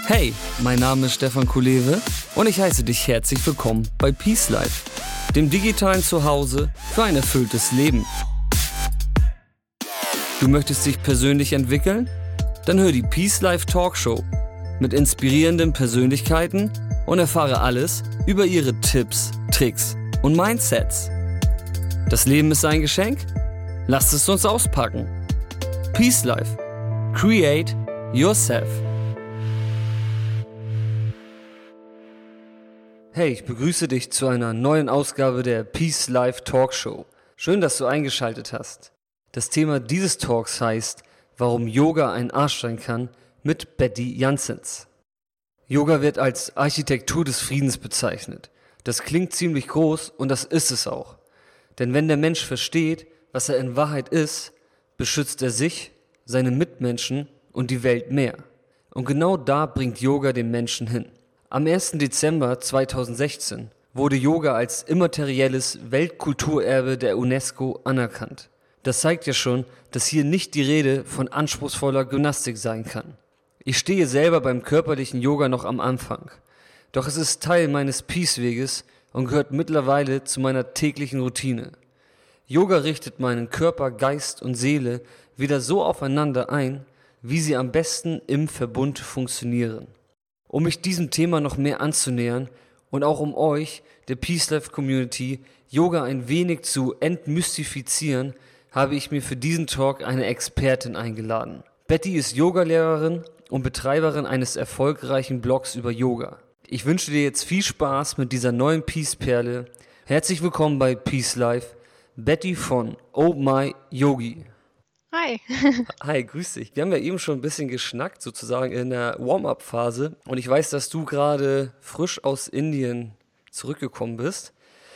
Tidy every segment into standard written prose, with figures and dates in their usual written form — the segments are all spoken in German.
Hey, mein Name ist Stefan Kulewe und ich heiße dich herzlich willkommen bei Peace Life, dem digitalen Zuhause für ein erfülltes Leben. Du möchtest dich persönlich entwickeln? Dann hör die Peace Life Talkshow mit inspirierenden Persönlichkeiten und erfahre alles über ihre Tipps, Tricks und Mindsets. Das Leben ist ein Geschenk? Lasst es uns auspacken. Peace Life. Create yourself. Hey, ich begrüße dich zu einer neuen Ausgabe der Peace Life Talkshow. Schön, dass du eingeschaltet hast. Das Thema dieses Talks heißt, warum Yoga ein Arsch sein kann, mit Betty Janssens. Yoga wird als Architektur des Friedens bezeichnet. Das klingt ziemlich groß und das ist es auch. Denn wenn der Mensch versteht, was er in Wahrheit ist, beschützt er sich, seine Mitmenschen und die Welt mehr. Und genau da bringt Yoga den Menschen hin. Am 1. Dezember 2016 wurde Yoga als immaterielles Weltkulturerbe der UNESCO anerkannt. Das zeigt ja schon, dass hier nicht die Rede von anspruchsvoller Gymnastik sein kann. Ich stehe selber beim körperlichen Yoga noch am Anfang. Doch es ist Teil meines Peace-Weges und gehört mittlerweile zu meiner täglichen Routine. Yoga richtet meinen Körper, Geist und Seele wieder so aufeinander ein, wie sie am besten im Verbund funktionieren. Um mich diesem Thema noch mehr anzunähern und auch um euch, der Peace Life Community, Yoga ein wenig zu entmystifizieren, habe ich mir für diesen Talk eine Expertin eingeladen. Betty ist Yogalehrerin und Betreiberin eines erfolgreichen Blogs über Yoga. Ich wünsche dir jetzt viel Spaß mit dieser neuen Peace-Perle. Herzlich willkommen bei Peace Life, Betty von Oh My Yogi. Hi. Hi, grüß dich. Wir haben ja eben schon ein bisschen geschnackt, sozusagen in der Warm-up-Phase. Und ich weiß, dass du gerade frisch aus Indien zurückgekommen bist.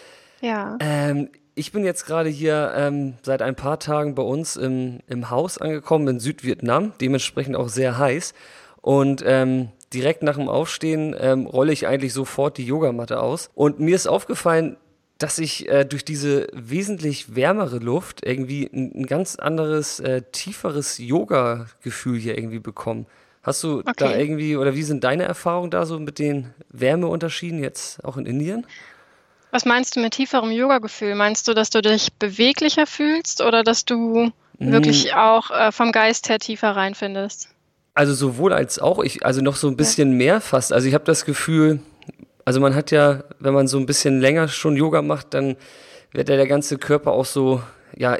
Ja. Ich bin jetzt gerade hier seit ein paar Tagen bei uns im Haus angekommen in Südvietnam, dementsprechend auch sehr heiß. Und direkt nach dem Aufstehen rolle ich eigentlich sofort die Yogamatte aus. Und mir ist aufgefallen, dass ich durch diese wesentlich wärmere Luft irgendwie ein ganz anderes, tieferes Yoga-Gefühl hier irgendwie bekomme. Hast du da irgendwie, oder wie sind deine Erfahrungen da so mit den Wärmeunterschieden jetzt auch in Indien? Was meinst du mit tieferem Yoga-Gefühl? Meinst du, dass du dich beweglicher fühlst oder dass du wirklich auch vom Geist her tiefer reinfindest? Also sowohl als auch, also noch so ein bisschen mehr fast. Also ich habe das Gefühl, also man hat ja, wenn man so ein bisschen länger schon Yoga macht, dann wird ja der ganze Körper auch so, ja,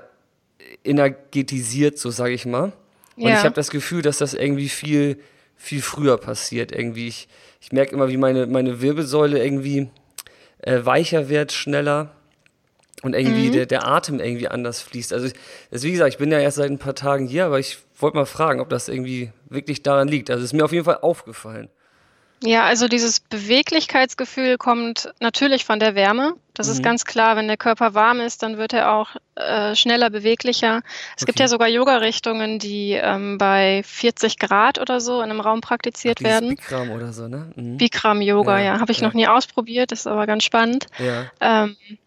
energetisiert, so sage ich mal. Und ich habe das Gefühl, dass das irgendwie viel, viel früher passiert. Irgendwie, ich merke immer, wie meine Wirbelsäule irgendwie weicher wird, schneller und irgendwie der Atem irgendwie anders fließt. Also wie gesagt, ich bin ja erst seit ein paar Tagen hier, aber ich wollte mal fragen, ob das irgendwie wirklich daran liegt. Also ist mir auf jeden Fall aufgefallen. Ja, also dieses Beweglichkeitsgefühl kommt natürlich von der Wärme. Das ist ganz klar, wenn der Körper warm ist, dann wird er auch schneller beweglicher. Es gibt ja sogar Yoga-Richtungen, die bei 40 Grad oder so in einem Raum praktiziert werden. Bikram oder so, ne? Bikram-Yoga, ja. Habe ich noch nie ausprobiert, ist aber ganz spannend. Ja.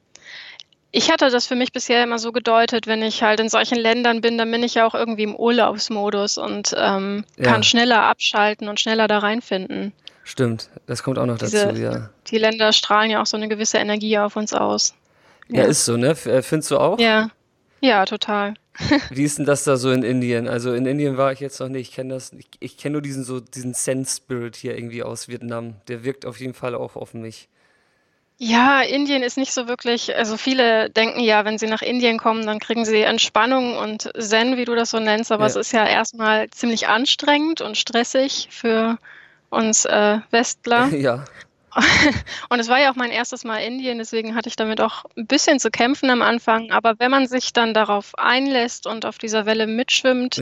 Ich hatte das für mich bisher immer so gedeutet, wenn ich halt in solchen Ländern bin, dann bin ich ja auch irgendwie im Urlaubsmodus und kann schneller abschalten und schneller da reinfinden. Stimmt, das kommt auch noch dazu, ja. Die Länder strahlen ja auch so eine gewisse Energie auf uns aus. Ja, ist so, ne? Findest du auch? Ja, total. Wie ist denn das da so in Indien? Also in Indien war ich jetzt noch nicht. Ich kenne nur diesen Zen-Spirit hier irgendwie aus Vietnam. Der wirkt auf jeden Fall auch auf mich. Ja, Indien ist nicht so wirklich, also viele denken ja, wenn sie nach Indien kommen, dann kriegen sie Entspannung und Zen, wie du das so nennst, aber es ist ja erstmal ziemlich anstrengend und stressig für uns Westler. Ja. Und es war ja auch mein erstes Mal Indien, deswegen hatte ich damit auch ein bisschen zu kämpfen am Anfang. Aber wenn man sich dann darauf einlässt und auf dieser Welle mitschwimmt,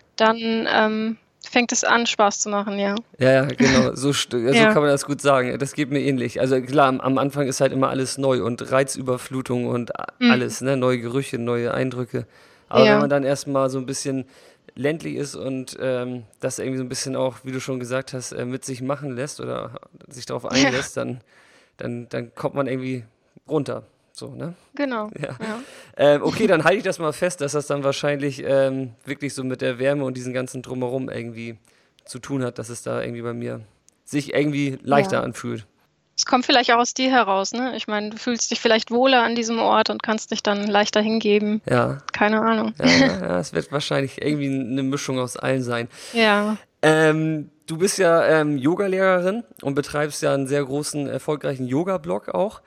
dann fängt es an, Spaß zu machen, ja. Ja, genau. So kann man das gut sagen. Das geht mir ähnlich. Also klar, am Anfang ist halt immer alles neu und Reizüberflutung und alles, ne? Neue Gerüche, neue Eindrücke. Aber wenn man dann erstmal so ein bisschen ländlich ist und das irgendwie so ein bisschen auch, wie du schon gesagt hast, mit sich machen lässt oder sich darauf einlässt, dann kommt man irgendwie runter. So, ne? Genau. Ja. Okay, dann halte ich das mal fest, dass das dann wahrscheinlich wirklich so mit der Wärme und diesen ganzen Drumherum irgendwie zu tun hat, dass es da irgendwie bei mir sich irgendwie leichter Ja. anfühlt. Es kommt vielleicht auch aus dir heraus, ne? Ich meine, du fühlst dich vielleicht wohler an diesem Ort und kannst dich dann leichter hingeben. Ja, Keine Ahnung. ja, es wird wahrscheinlich irgendwie eine Mischung aus allen sein. Ja. Du bist ja Yogalehrerin und betreibst ja einen sehr großen, erfolgreichen Yoga-Blog auch.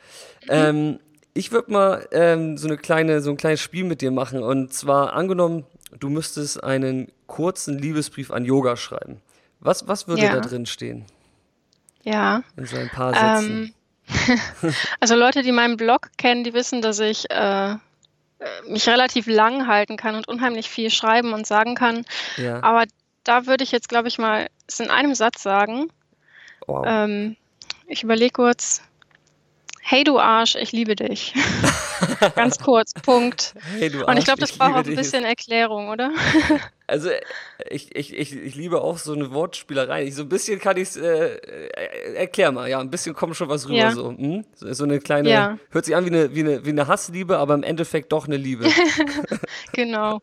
Ich würde mal so ein kleines Spiel mit dir machen. Und zwar angenommen, du müsstest einen kurzen Liebesbrief an Yoga schreiben. Was würde da Ja. drin stehen? Ja. In so ein paar Sätzen. Also Leute, die meinen Blog kennen, die wissen, dass ich mich relativ lang halten kann und unheimlich viel schreiben und sagen kann. Ja. Aber da würde ich jetzt, glaube ich, mal es in einem Satz sagen. Wow. Ich überlege kurz. Hey du Arsch, ich liebe dich. Ganz kurz, Punkt. Hey, du Und ich Arsch, glaube, das ich braucht liebe auch ein dich. bisschen Erklärung, oder? Also ich liebe auch so eine Wortspielerei. So ein bisschen kann ich es, erklär mal, ja, ein bisschen kommt schon was rüber Ja. so. So eine kleine, Ja. hört sich an wie eine Hassliebe, aber im Endeffekt doch eine Liebe. Genau.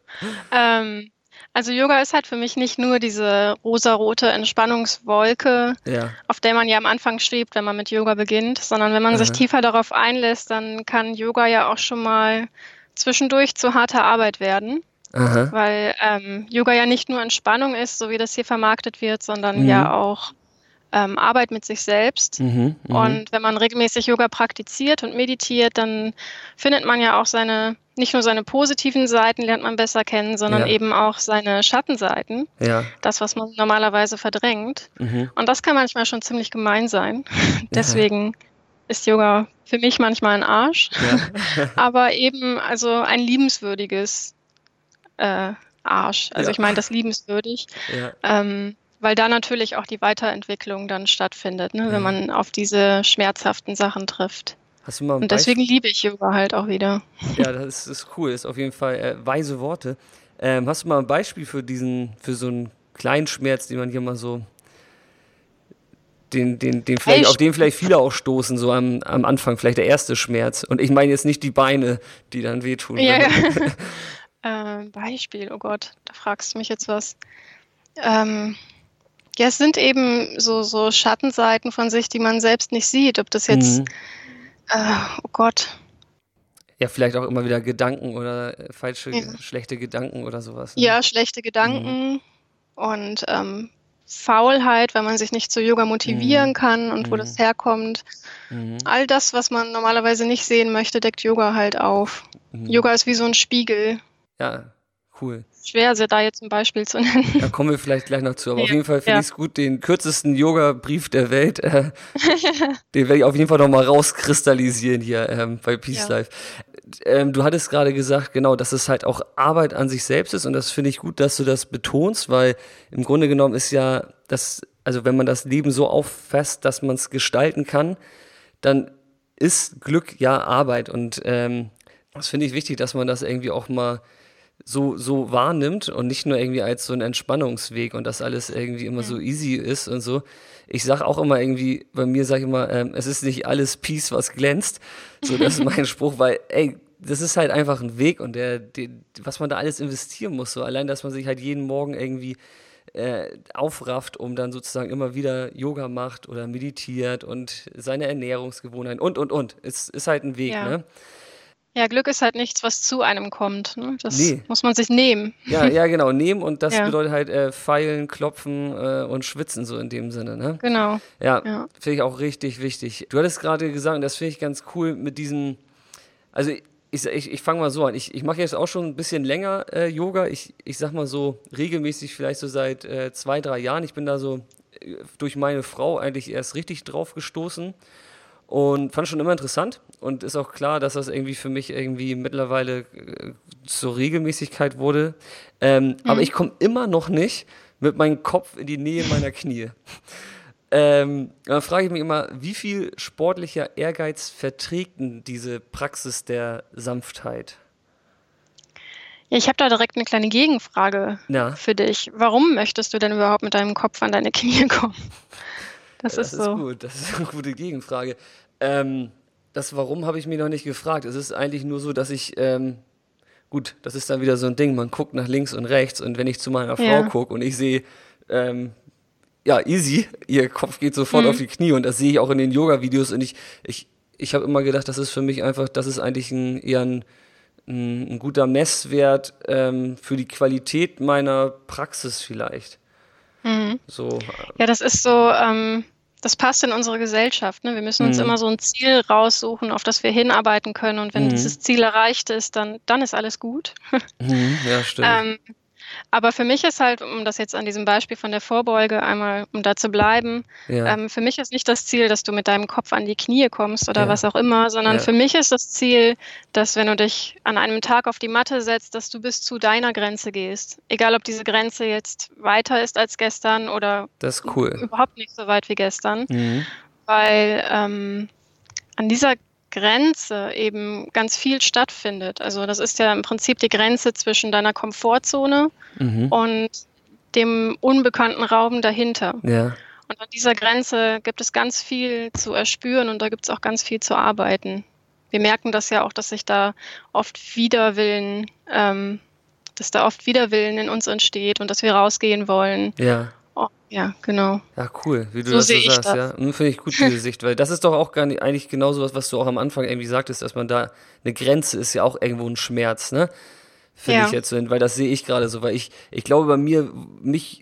Also Yoga ist halt für mich nicht nur diese rosarote Entspannungswolke, Ja, auf der man ja am Anfang schwebt, wenn man mit Yoga beginnt, sondern wenn man sich tiefer darauf einlässt, dann kann Yoga ja auch schon mal zwischendurch zu harter Arbeit werden, aha, weil Yoga ja nicht nur Entspannung ist, so wie das hier vermarktet wird, sondern ja auch Arbeit mit sich selbst. Und wenn man regelmäßig Yoga praktiziert und meditiert, dann findet man ja auch nicht nur seine positiven Seiten lernt man besser kennen, sondern Ja. eben auch seine Schattenseiten. ja, Das, was man normalerweise verdrängt. Und das kann manchmal schon ziemlich gemein sein. Deswegen ist Yoga für mich manchmal ein Arsch, aber eben also ein liebenswürdiges Arsch. Also Ja. ich meine das liebenswürdig. ja. Weil da natürlich auch die Weiterentwicklung dann stattfindet, ne, wenn man auf diese schmerzhaften Sachen trifft. Hast du mal ein Und deswegen liebe ich Yoga halt auch wieder. Ja, das ist cool, ist auf jeden Fall weise Worte. Hast du mal ein Beispiel für so einen kleinen Schmerz, den man hier mal so, auf den vielleicht viele auch stoßen, so am Anfang, vielleicht der erste Schmerz. Und ich meine jetzt nicht die Beine, die dann wehtun. Ja, ja. Beispiel, oh Gott, da fragst du mich jetzt was. Ja, es sind eben so Schattenseiten von sich, die man selbst nicht sieht. Ob das jetzt, oh Gott, Ja, vielleicht auch immer wieder Gedanken oder schlechte Gedanken oder sowas. Ne? ja, schlechte Gedanken und Faulheit, weil man sich nicht zu Yoga motivieren kann und wo das herkommt. All das, was man normalerweise nicht sehen möchte, deckt Yoga halt auf. Yoga ist wie so ein Spiegel. Ja, cool. Schwer, da jetzt ein Beispiel zu nennen. Da kommen wir vielleicht gleich noch zu. Aber Ja, auf jeden Fall finde ja. ich es gut, den kürzesten Yoga-Brief der Welt, den werde ich auf jeden Fall nochmal rauskristallisieren hier bei Peace Ja. Life. Du hattest gerade gesagt, genau, dass es halt auch Arbeit an sich selbst ist und das finde ich gut, dass du das betonst, weil im Grunde genommen ist ja das, also wenn man das Leben so auffasst, dass man es gestalten kann, dann ist Glück ja Arbeit und das finde ich wichtig, dass man das irgendwie auch mal so wahrnimmt und nicht nur irgendwie als so ein Entspannungsweg und dass alles irgendwie immer so easy ist und so. Ich sag auch immer irgendwie, bei mir sage ich immer, es ist nicht alles Peace, was glänzt. So, das ist mein Spruch, weil, ey, das ist halt einfach ein Weg und was man da alles investieren muss. So allein, dass man sich halt jeden Morgen irgendwie aufrafft, um dann sozusagen immer wieder Yoga macht oder meditiert und seine Ernährungsgewohnheiten und. Es ist halt ein Weg, Ja. ne? Ja, Glück ist halt nichts, was zu einem kommt. Ne? Das Nee. muss man sich nehmen. Ja, genau, nehmen und das Ja. bedeutet halt feilen, klopfen und schwitzen, so in dem Sinne, ne? Genau. Ja, Ja. finde ich auch richtig wichtig. Du hattest gerade gesagt, und das finde ich ganz cool mit diesen, also ich fange mal so an, ich mache jetzt auch schon ein bisschen länger Yoga, ich sag mal so regelmäßig vielleicht so seit 2-3 Jahren, ich bin da so durch meine Frau eigentlich erst richtig drauf gestoßen und fand schon immer interessant und ist auch klar, dass das irgendwie für mich irgendwie mittlerweile zur Regelmäßigkeit wurde. Aber ich komme immer noch nicht mit meinem Kopf in die Nähe meiner Knie. Dann frage ich mich immer, wie viel sportlicher Ehrgeiz verträgt denn diese Praxis der Sanftheit? Ja, ich habe da direkt eine kleine Gegenfrage Na, für dich. Warum möchtest du denn überhaupt mit deinem Kopf an deine Knie kommen? Das ist so. gut, das ist eine gute Gegenfrage. Das Warum habe ich mir noch nicht gefragt. Es ist eigentlich nur so, dass ich, gut, das ist dann wieder so ein Ding, man guckt nach links und rechts und wenn ich zu meiner Frau Ja. gucke und ich sehe ja, easy, ihr Kopf geht sofort auf die Knie und das sehe ich auch in den Yoga-Videos und ich habe immer gedacht, das ist für mich einfach, das ist eigentlich eher ein guter Messwert für die Qualität meiner Praxis vielleicht. So. Ja, das ist so, das passt in unsere Gesellschaft. Ne? Wir müssen uns immer so ein Ziel raussuchen, auf das wir hinarbeiten können. Und wenn dieses Ziel erreicht ist, dann ist alles gut. Ja, stimmt. Aber für mich ist halt, um das jetzt an diesem Beispiel von der Vorbeuge einmal, um da zu bleiben, für mich ist nicht das Ziel, dass du mit deinem Kopf an die Knie kommst oder was auch immer, sondern für mich ist das Ziel, dass wenn du dich an einem Tag auf die Matte setzt, dass du bis zu deiner Grenze gehst. Egal, ob diese Grenze jetzt weiter ist als gestern oder Das ist cool. überhaupt nicht so weit wie gestern. Weil an dieser Grenze eben ganz viel stattfindet. Also das ist ja im Prinzip die Grenze zwischen deiner Komfortzone und dem unbekannten Raum dahinter. Ja. Und an dieser Grenze gibt es ganz viel zu erspüren und da gibt es auch ganz viel zu arbeiten. Wir merken das ja auch, dass sich da oft Widerwillen, in uns entsteht und dass wir rausgehen wollen. Ja. Oh, ja, genau. Ja, cool, wie du So das so sehe ich sagst, das. ja. Finde ich gut, diese Sicht, weil das ist doch auch gar nicht, eigentlich genauso was du auch am Anfang irgendwie sagtest, dass man da, eine Grenze ist ja auch irgendwo ein Schmerz, ne? Finde Ja. ich jetzt so, weil das sehe ich gerade so, weil ich glaube bei mir, mich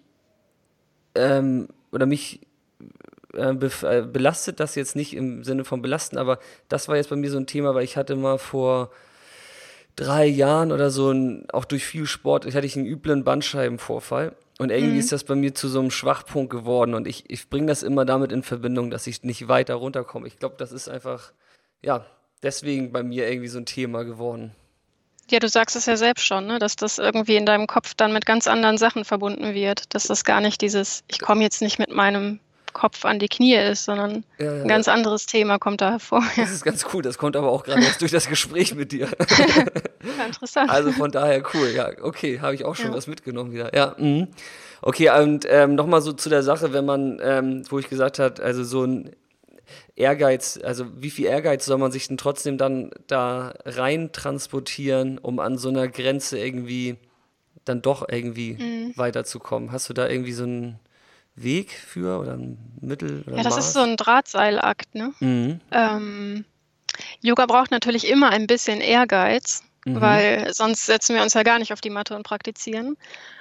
belastet das jetzt nicht im Sinne von belasten, aber das war jetzt bei mir so ein Thema, weil ich hatte mal vor 3 Jahren oder so, auch durch viel Sport, hatte ich einen üblen Bandscheibenvorfall. Und irgendwie ist das bei mir zu so einem Schwachpunkt geworden und ich bringe das immer damit in Verbindung, dass ich nicht weiter runterkomme. Ich glaube, das ist einfach, ja, deswegen bei mir irgendwie so ein Thema geworden. Ja, du sagst es ja selbst schon, ne? Dass das irgendwie in deinem Kopf dann mit ganz anderen Sachen verbunden wird. Dass das gar nicht dieses, ich komme jetzt nicht mit meinem Kopf an die Knie ist, sondern ein ganz anderes Thema kommt da hervor. Das ist ganz cool, das kommt aber auch gerade erst durch das Gespräch mit dir. Ja, interessant. Also von daher cool, ja, okay, habe ich auch schon was mitgenommen wieder. Ja, okay, und nochmal so zu der Sache, wenn man, wo ich gesagt habe, also so ein Ehrgeiz, also wie viel Ehrgeiz soll man sich denn trotzdem dann da rein transportieren, um an so einer Grenze irgendwie dann doch irgendwie weiterzukommen? Hast du da irgendwie so einen Weg für oder ein Mittel oder Ja, das Maß? ist so ein Drahtseilakt, ne? Yoga braucht natürlich immer ein bisschen Ehrgeiz, weil sonst setzen wir uns ja gar nicht auf die Matte und praktizieren.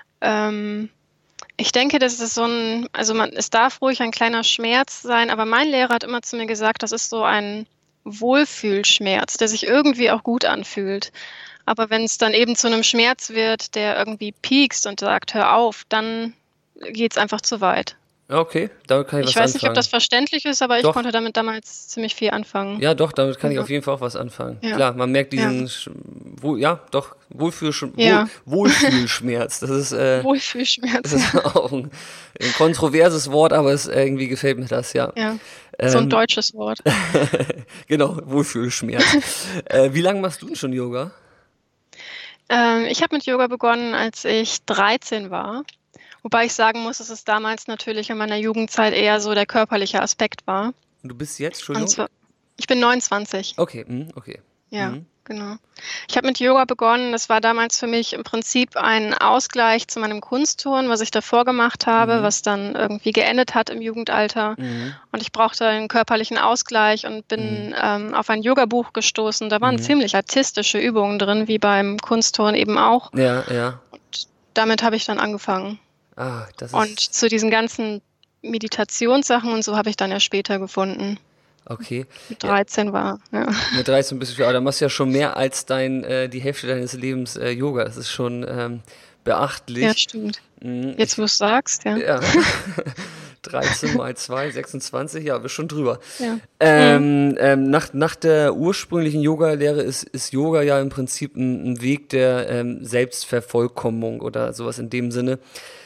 Ich denke, das ist es darf ruhig ein kleiner Schmerz sein, aber mein Lehrer hat immer zu mir gesagt, das ist so ein Wohlfühlschmerz, der sich irgendwie auch gut anfühlt. Aber wenn es dann eben zu einem Schmerz wird, der irgendwie piekst und sagt, hör auf, dann geht es einfach zu weit. Okay, damit kann ich Ich was weiß nicht, ob anfangen. das verständlich ist, aber ich Doch. konnte damit damals ziemlich viel anfangen. Ja, doch, damit kann ich auf jeden Fall auch was anfangen. Ja. Klar, man merkt diesen, Wohlfühlschmerz. Das ist Wohlfühlschmerz. auch ein kontroverses Wort, aber irgendwie gefällt mir das, ja. Ja, so ein deutsches Wort. Genau, Wohlfühlschmerz. Wie lange machst du denn schon Yoga? Ich habe mit Yoga begonnen, als ich 13 war. Wobei ich sagen muss, dass es damals natürlich in meiner Jugendzeit eher so der körperliche Aspekt war. Und du bist jetzt schon Und jung? zwar, ich bin 29. Okay, okay. Ja, genau. Ich habe mit Yoga begonnen. Das war damals für mich im Prinzip ein Ausgleich zu meinem Kunstturnen, was ich davor gemacht habe, was dann irgendwie geendet hat im Jugendalter. Und ich brauchte einen körperlichen Ausgleich und bin auf ein Yoga-Buch gestoßen. Da waren ziemlich artistische Übungen drin, wie beim Kunstturnen eben auch. Ja, ja. Und damit habe ich dann angefangen. Ah, das ist... Und zu diesen ganzen Meditationssachen und so habe ich dann ja später gefunden. Okay. Mit 13 war, ja. Mit 13 bist du viel, aber da machst du ja schon mehr als die Hälfte deines Lebens Yoga. Das ist schon beachtlich. Ja, stimmt. Jetzt, wo du es sagst, ja. Ja. 13 mal 2, 26, ja, wir schon drüber. Ja. Nach der ursprünglichen Yoga-Lehre ist Yoga ja im Prinzip ein Weg der Selbstvervollkommnung oder sowas in dem Sinne.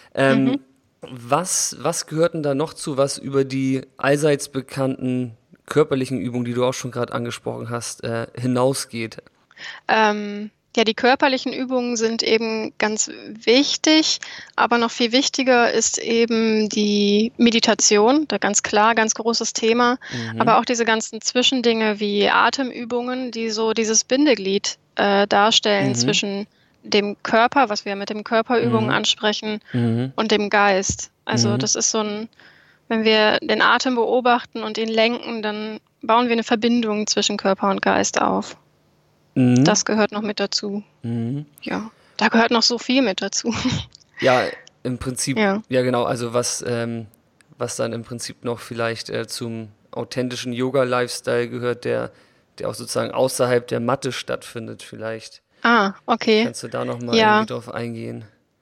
Was gehört denn da noch zu, was über die allseits bekannten körperlichen Übungen, die du auch schon gerade angesprochen hast, hinausgeht? Ja, die körperlichen Übungen sind eben ganz wichtig, aber noch viel wichtiger ist eben die Meditation, da ganz klar, ganz großes Thema, aber auch diese ganzen Zwischendinge wie Atemübungen, die so dieses Bindeglied darstellen zwischen dem Körper, was wir mit dem Körperübungen ansprechen, und dem Geist. Also das ist wenn wir den Atem beobachten und ihn lenken, dann bauen wir eine Verbindung zwischen Körper und Geist auf. Das gehört noch mit dazu. Ja, da gehört noch so viel mit dazu. Ja, im Prinzip, ja genau, also was dann im Prinzip noch vielleicht zum authentischen Yoga-Lifestyle gehört, der auch sozusagen außerhalb der Matte stattfindet vielleicht. Okay. Kannst du da nochmal irgendwie drauf eingehen?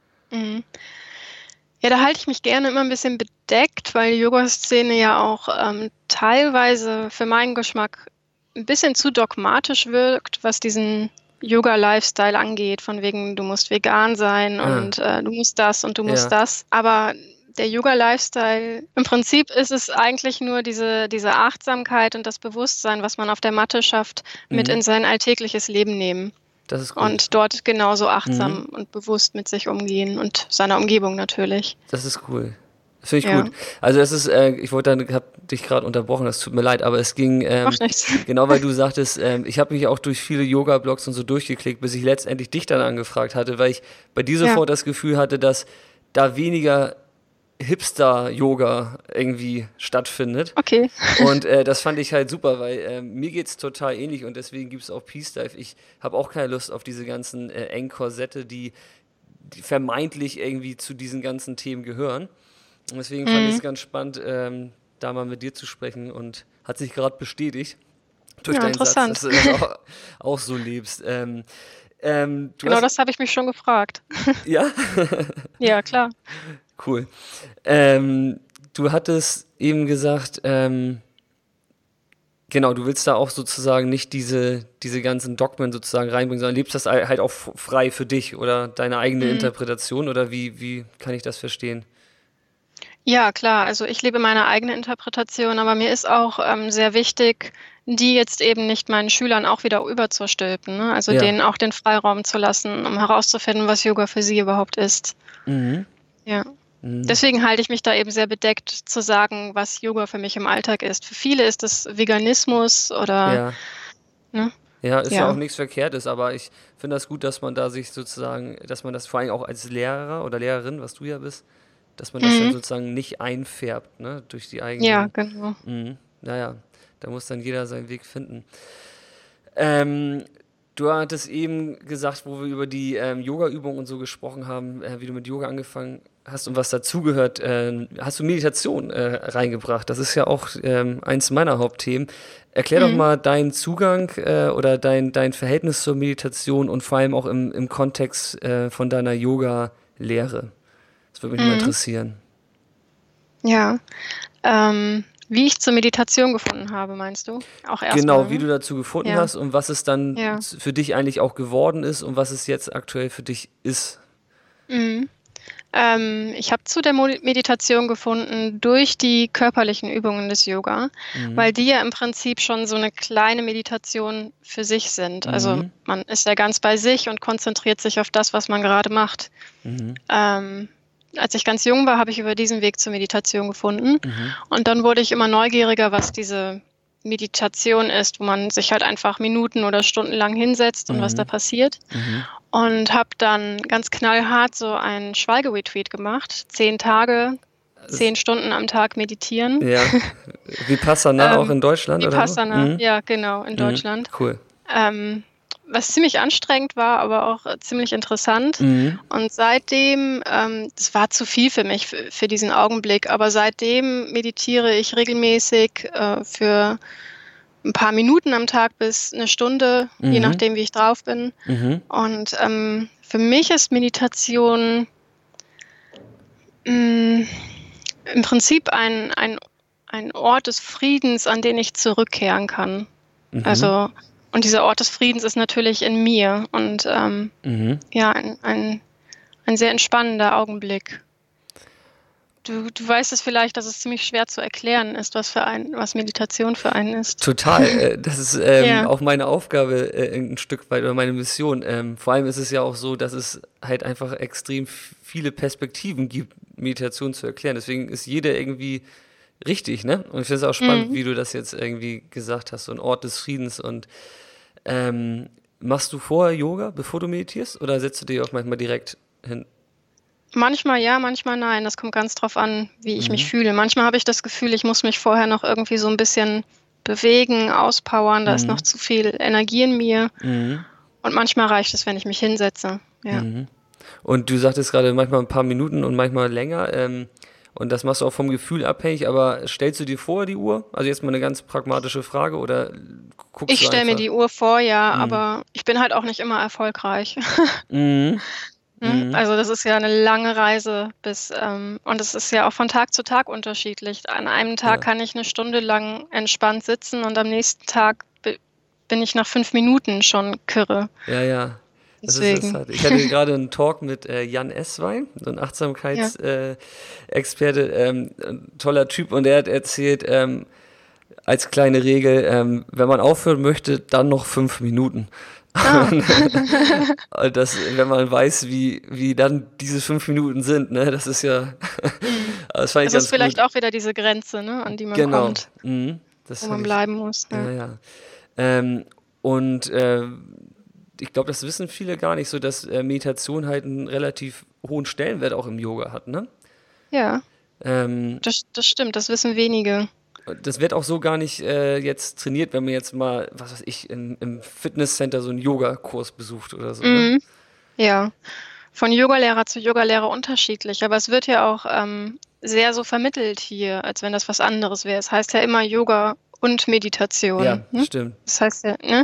Ja, da halte ich mich gerne immer ein bisschen bedeckt, weil die Yoga-Szene ja auch teilweise für meinen Geschmack ein bisschen zu dogmatisch wirkt, was diesen Yoga-Lifestyle angeht, von wegen, du musst vegan sein und du musst das und du musst das. Aber der Yoga-Lifestyle, im Prinzip ist es eigentlich nur diese Achtsamkeit und das Bewusstsein, was man auf der Matte schafft, mit in sein alltägliches Leben nehmen. Das ist gut. Und dort genauso achtsam und bewusst mit sich umgehen und seiner Umgebung natürlich. Das ist cool. Das finde ich gut. Also es ist, ich habe dich gerade unterbrochen, das tut mir leid, aber es ging, Macht nichts. Genau, weil du sagtest, ich habe mich auch durch viele Yoga-Blogs und so durchgeklickt, bis ich letztendlich dich dann angefragt hatte, weil ich bei dir sofort das Gefühl hatte, dass da weniger Hipster-Yoga irgendwie stattfindet. Okay. Und das fand ich halt super, weil mir geht's total ähnlich und deswegen gibt's auch Peace Dive. Ich habe auch keine Lust auf diese ganzen engen Korsette, die vermeintlich irgendwie zu diesen ganzen Themen gehören. Und deswegen fand ich es ganz spannend, da mal mit dir zu sprechen und hat sich gerade bestätigt durch deinen Satz, dass du das auch so lebst. Genau, das habe ich mich schon gefragt. Ja? Ja, klar. Cool. Du hattest eben gesagt, genau, du willst da auch sozusagen nicht diese ganzen Dogmen sozusagen reinbringen, sondern lebst das halt auch frei für dich oder deine eigene Interpretation oder wie kann ich das verstehen? Ja, klar. Also ich lebe meine eigene Interpretation, aber mir ist auch sehr wichtig, die jetzt eben nicht meinen Schülern auch wieder überzustülpen, ne? Also denen auch den Freiraum zu lassen, um herauszufinden, was Yoga für sie überhaupt ist. Ja. Deswegen halte ich mich da eben sehr bedeckt zu sagen, was Yoga für mich im Alltag ist. Für viele ist es Veganismus oder ne? Ja, ist ja auch nichts Verkehrtes, aber ich finde das gut, dass man da sich sozusagen, dass man das vor allem auch als Lehrer oder Lehrerin, was du ja bist, dass man das dann sozusagen nicht einfärbt, ne, durch die eigenen. Ja, genau. Naja, da muss dann jeder seinen Weg finden. Du hattest eben gesagt, wo wir über die Yoga-Übungen und so gesprochen haben, wie du mit Yoga angefangen hast und was dazugehört, hast du Meditation reingebracht. Das ist ja auch eins meiner Hauptthemen. Erklär doch mal deinen Zugang oder dein Verhältnis zur Meditation und vor allem auch im Kontext von deiner Yoga-Lehre. Das würde mich mal interessieren. Ja, wie ich zur Meditation gefunden habe, meinst du? Auch erstmal, genau, wie du dazu gefunden hast und was es dann für dich eigentlich auch geworden ist und was es jetzt aktuell für dich ist. Ich habe zu der Meditation gefunden durch die körperlichen Übungen des Yoga, weil die ja im Prinzip schon so eine kleine Meditation für sich sind. Also man ist ja ganz bei sich und konzentriert sich auf das, was man gerade macht. Als ich ganz jung war, habe ich über diesen Weg zur Meditation gefunden. Und dann wurde ich immer neugieriger, was diese Meditation ist, wo man sich halt einfach Minuten oder Stunden lang hinsetzt und was da passiert. Und habe dann ganz knallhart so einen Schweigeretreat gemacht. 10 Tage, 10 Stunden am Tag meditieren. Ja, Vipassana auch in Deutschland? Vipassana, oder so? ja genau, in Deutschland. Cool. Was ziemlich anstrengend war, aber auch ziemlich interessant. Und seitdem, das war zu viel für mich, für diesen Augenblick, aber seitdem meditiere ich regelmäßig für ein paar Minuten am Tag bis eine Stunde, je nachdem, wie ich drauf bin. Und für mich ist Meditation im Prinzip ein Ort des Friedens, an den ich zurückkehren kann. Also und dieser Ort des Friedens ist natürlich in mir und ja, ein sehr entspannender Augenblick. Du weißt es vielleicht, dass es ziemlich schwer zu erklären ist, was Meditation für einen ist. Total. Das ist auch meine Aufgabe ein Stück weit oder meine Mission. Vor allem ist es ja auch so, dass es halt einfach extrem viele Perspektiven gibt, Meditation zu erklären. Deswegen ist jede irgendwie richtig, ne? Und ich finde es auch spannend, wie du das jetzt irgendwie gesagt hast, so ein Ort des Friedens. Und machst du vorher Yoga, bevor du meditierst, oder setzt du dich auch manchmal direkt hin? Manchmal ja, manchmal nein. Das kommt ganz drauf an, wie ich mich Mhm. fühle. Manchmal habe ich das Gefühl, ich muss mich vorher noch irgendwie so ein bisschen bewegen, auspowern. Da ist noch Mhm. zu viel Energie in mir. Mhm. Und manchmal reicht es, wenn ich mich hinsetze. Ja. Mhm. Und du sagtest gerade manchmal ein paar Minuten und manchmal länger. Und das machst du auch vom Gefühl abhängig, aber stellst du dir vor die Uhr? Also jetzt mal eine ganz pragmatische Frage oder guckst Ich du stelle mir einfach? die Uhr vor, ja, Mhm. aber ich bin halt auch nicht immer erfolgreich. Mhm. Ne? Mhm. Also das ist ja eine lange Reise und es ist ja auch von Tag zu Tag unterschiedlich. An einem Tag Ja. kann ich 1 Stunde lang entspannt sitzen und am nächsten Tag bin ich nach 5 Minuten schon kirre. Ja, ja. Das ist Deswegen, interessant. Ich hatte gerade einen Talk mit Jan Eswein, so ein ja. Achtsamkeitsexperte, ein toller Typ, und der hat erzählt, als kleine Regel, wenn man aufhören möchte, dann noch 5 Minuten. Ah. Und das, wenn man weiß, wie dann diese 5 Minuten sind, ne, das ist ja, Mhm. das fand ich Es ist ganz vielleicht gut. auch wieder diese Grenze, ne, an die man Genau. kommt, Mhm. Das wo fand man ich, bleiben muss. Ja. ja, ja. Ähm, und ich glaube, das wissen viele gar nicht so, dass Meditation halt einen relativ hohen Stellenwert auch im Yoga hat, ne? Ja, Ähm, das stimmt, das wissen wenige. Das wird auch so gar nicht jetzt trainiert, wenn man jetzt mal, was weiß ich, im Fitnesscenter so einen Yoga-Kurs besucht oder so, ne? Mhm. Ja, von Yogalehrer zu Yogalehrer unterschiedlich, aber es wird ja auch sehr so vermittelt hier, als wenn das was anderes wäre. Es heißt ja immer Yoga und Meditation. Ja, Ne? stimmt. Das heißt ja, ne?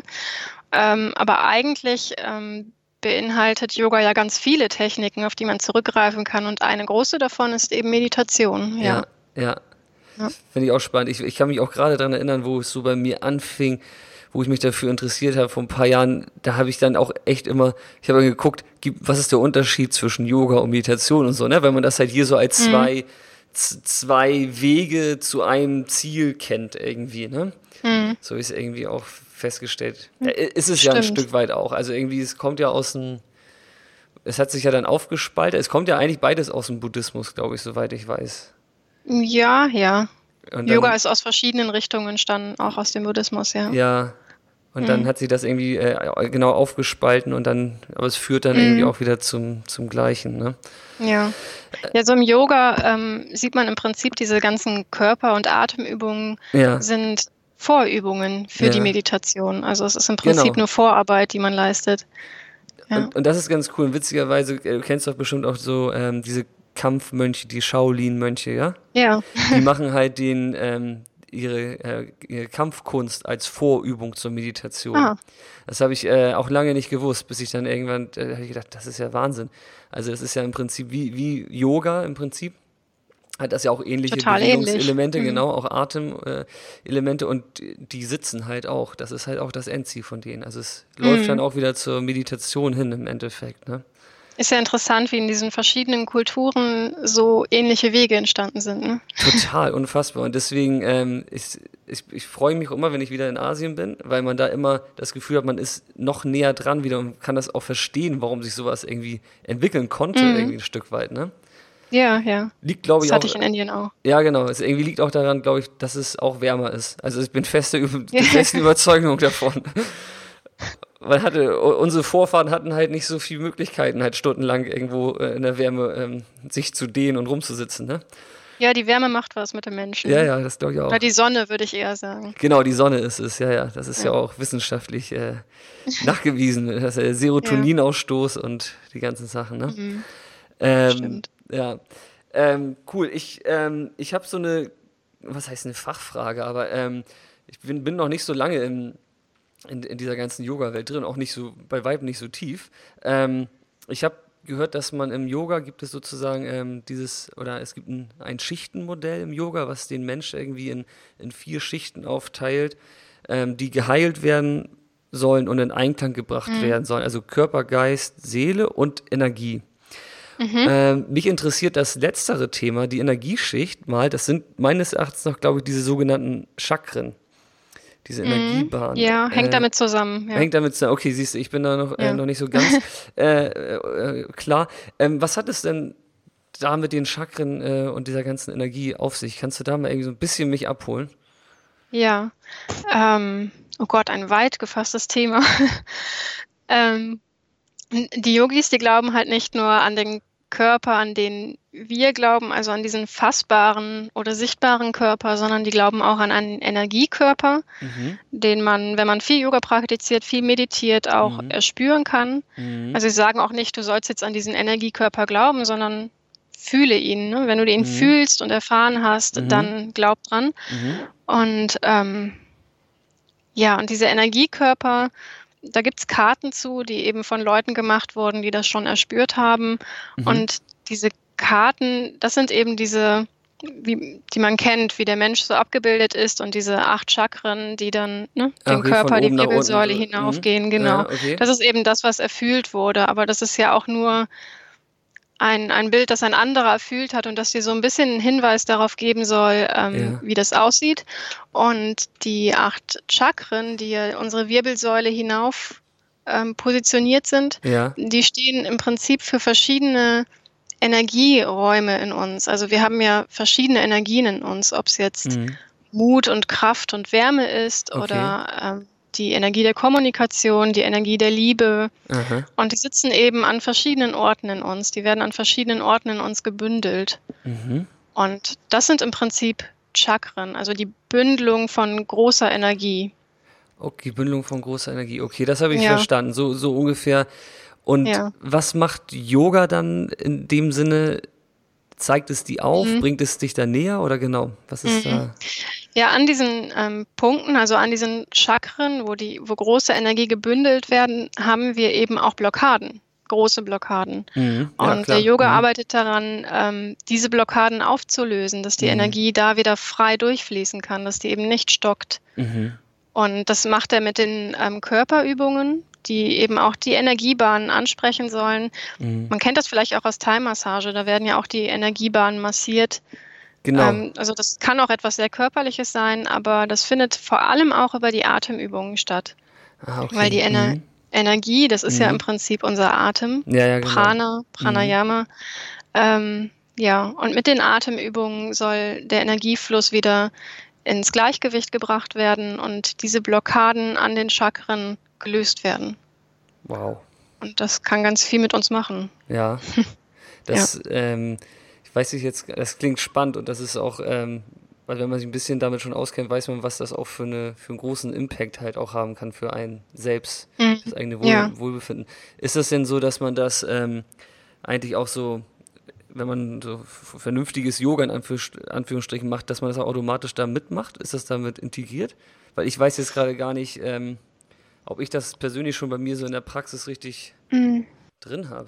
Aber eigentlich beinhaltet Yoga ja ganz viele Techniken, auf die man zurückgreifen kann. Und eine große davon ist eben Meditation. Ja. Ja, ja. Ja. Finde ich auch spannend. Ich kann mich auch gerade daran erinnern, wo es so bei mir anfing, wo ich mich dafür interessiert habe vor ein paar Jahren. Da habe ich dann auch echt immer, ich habe geguckt, was ist der Unterschied zwischen Yoga und Meditation und so, ne? Wenn man das halt hier so als Mhm. zwei Wege zu einem Ziel kennt irgendwie, ne? Mhm. So ist irgendwie auch festgestellt. Mhm. Ist es ja ein Stimmt. Stück weit auch. Also irgendwie, es kommt ja aus dem, es hat sich ja dann aufgespalten. Es kommt ja eigentlich beides aus dem Buddhismus, glaube ich, soweit ich weiß. Ja, ja. Und Yoga dann, ist aus verschiedenen Richtungen entstanden, auch aus dem Buddhismus, ja. ja, und dann Mhm. hat sich das irgendwie genau aufgespalten und dann, aber es führt dann irgendwie Mhm. auch wieder zum Gleichen, ne? Ja. Ja, so im Yoga sieht man im Prinzip, diese ganzen Körper- und Atemübungen Ja, sind Vorübungen für die ja, Meditation. Also es ist im Prinzip genau. nur Vorarbeit, die man leistet. Ja. Und das ist ganz cool. Und witzigerweise, du kennst doch bestimmt auch so diese Kampfmönche, die Shaolin-Mönche, ja? Ja. Die machen halt ihre Kampfkunst als Vorübung zur Meditation. Ah. Das habe ich auch lange nicht gewusst, bis ich dann irgendwann, habe ich gedacht, das ist ja Wahnsinn. Also das ist ja im Prinzip wie Yoga im Prinzip. Hat das ja auch ähnliche Total ähnlich. Bewegungselemente, Mhm. genau, auch Atemelemente, und die sitzen halt auch. Das ist halt auch das Endziel von denen. Also es läuft dann Mhm. auch wieder zur Meditation hin im Endeffekt, ne? Ist ja interessant, wie in diesen verschiedenen Kulturen so ähnliche Wege entstanden sind. Ne? Total unfassbar. Und deswegen, ich freue mich auch immer, wenn ich wieder in Asien bin, weil man da immer das Gefühl hat, man ist noch näher dran wieder und kann das auch verstehen, warum sich sowas irgendwie entwickeln konnte, Mhm. irgendwie ein Stück weit, ne? Ja, ja. Liegt, glaube Das ich, hatte auch, ich in Indien auch. ja genau, es irgendwie liegt auch daran, glaube ich, dass es auch wärmer ist. Also ich bin der Ja. festen Überzeugung davon. Unsere Vorfahren hatten halt nicht so viele Möglichkeiten, halt stundenlang irgendwo in der Wärme sich zu dehnen und rumzusitzen, ne? Ja, die Wärme macht was mit dem Menschen. Ja, Ne? ja, das glaube ich Oder auch. die Sonne, würde ich eher sagen. Genau, die Sonne ist es, ja, ja. Das ist ja Ja, auch wissenschaftlich nachgewiesen, das ja. Serotoninausstoß und die ganzen Sachen, ne? Mhm. Ähm, Stimmt. ja, cool. Ich habe so eine, was heißt eine Fachfrage, aber ich bin noch nicht so lange in dieser ganzen Yoga-Welt drin, auch nicht so, bei Weitem nicht so tief. Ich habe gehört, dass man im Yoga gibt es sozusagen es gibt ein Schichtenmodell im Yoga, was den Mensch irgendwie in 4 Schichten aufteilt, die geheilt werden sollen und in Einklang gebracht Mhm. werden sollen. Also Körper, Geist, Seele und Energie. Mhm. Mich interessiert das letztere Thema, die Energieschicht mal. Das sind meines Erachtens noch, glaube ich, diese sogenannten Chakren, diese Mhm. Energiebahnen. Ja, hängt damit zusammen. Ja. Hängt damit zusammen. Okay, siehst du, ich bin da Ja. noch nicht so ganz klar. Was hat es denn da mit den Chakren und dieser ganzen Energie auf sich? Kannst du da mal irgendwie so ein bisschen mich abholen? Ja. Oh Gott, ein weit gefasstes Thema. ähm, die Yogis, die glauben halt nicht nur an den Körper, an den wir glauben, also an diesen fassbaren oder sichtbaren Körper, sondern die glauben auch an einen Energiekörper, den man, wenn man viel Yoga praktiziert, viel meditiert, auch erspüren kann. Also sie sagen auch nicht, du sollst jetzt an diesen Energiekörper glauben, sondern fühle ihn. Ne? Wenn du ihn fühlst und erfahren hast, dann glaub dran. Und und diese Energiekörper, da gibt es Karten zu, die eben von Leuten gemacht wurden, die das schon erspürt haben. Und diese Karten, das sind eben diese, die man kennt, wie der Mensch so abgebildet ist und diese 8 Chakren, die dann den Körper, die Wirbelsäule hinaufgehen. Genau. Ja, okay. Das ist eben das, was erfüllt wurde. Aber das ist ja auch nur ein Bild, das ein anderer erfüllt hat und das dir so ein bisschen einen Hinweis darauf geben soll, wie das aussieht. Und die 8 Chakren, die unsere Wirbelsäule hinauf positioniert sind, die stehen im Prinzip für verschiedene Energieräume in uns. Also wir haben ja verschiedene Energien in uns, ob es jetzt Mut und Kraft und Wärme ist oder die Energie der Kommunikation, die Energie der Liebe. Und die sitzen eben an verschiedenen Orten in uns. Die werden an verschiedenen Orten in uns gebündelt. Und das sind im Prinzip Chakren, also die Bündelung von großer Energie. Okay, Bündelung von großer Energie. Okay, das habe ich verstanden. So ungefähr. Und was macht Yoga dann in dem Sinne? Zeigt es die auf? Bringt es dich da näher oder genau? Was ist da? Ja, an diesen Punkten, also an diesen Chakren, wo große Energie gebündelt werden, haben wir eben auch Blockaden, große Blockaden. Und der Yoga arbeitet daran, diese Blockaden aufzulösen, dass die Energie da wieder frei durchfließen kann, dass die eben nicht stockt. Und das macht er mit den Körperübungen, die eben auch die Energiebahnen ansprechen sollen. Man kennt das vielleicht auch aus Thai-Massage, da werden ja auch die Energiebahnen massiert. Genau. Also das kann auch etwas sehr Körperliches sein, aber das findet vor allem auch über die Atemübungen statt. Okay. Weil die Energie, das ist ja im Prinzip unser Atem, genau. Prana, Pranayama. Und mit den Atemübungen soll der Energiefluss wieder ins Gleichgewicht gebracht werden und diese Blockaden an den Chakren gelöst werden. Wow. Und das kann ganz viel mit uns machen. Ja, das, ich weiß nicht jetzt, das klingt spannend und das ist auch, also wenn man sich ein bisschen damit schon auskennt, weiß man, was das auch für einen großen Impact halt auch haben kann für einen selbst, das eigene Wohlbefinden. Ist das denn so, dass man das eigentlich auch so, wenn man so vernünftiges Yoga in Anführungsstrichen macht, dass man das auch automatisch da mitmacht? Ist das damit integriert? Weil ich weiß jetzt gerade gar nicht, ob ich das persönlich schon bei mir so in der Praxis richtig drin habe.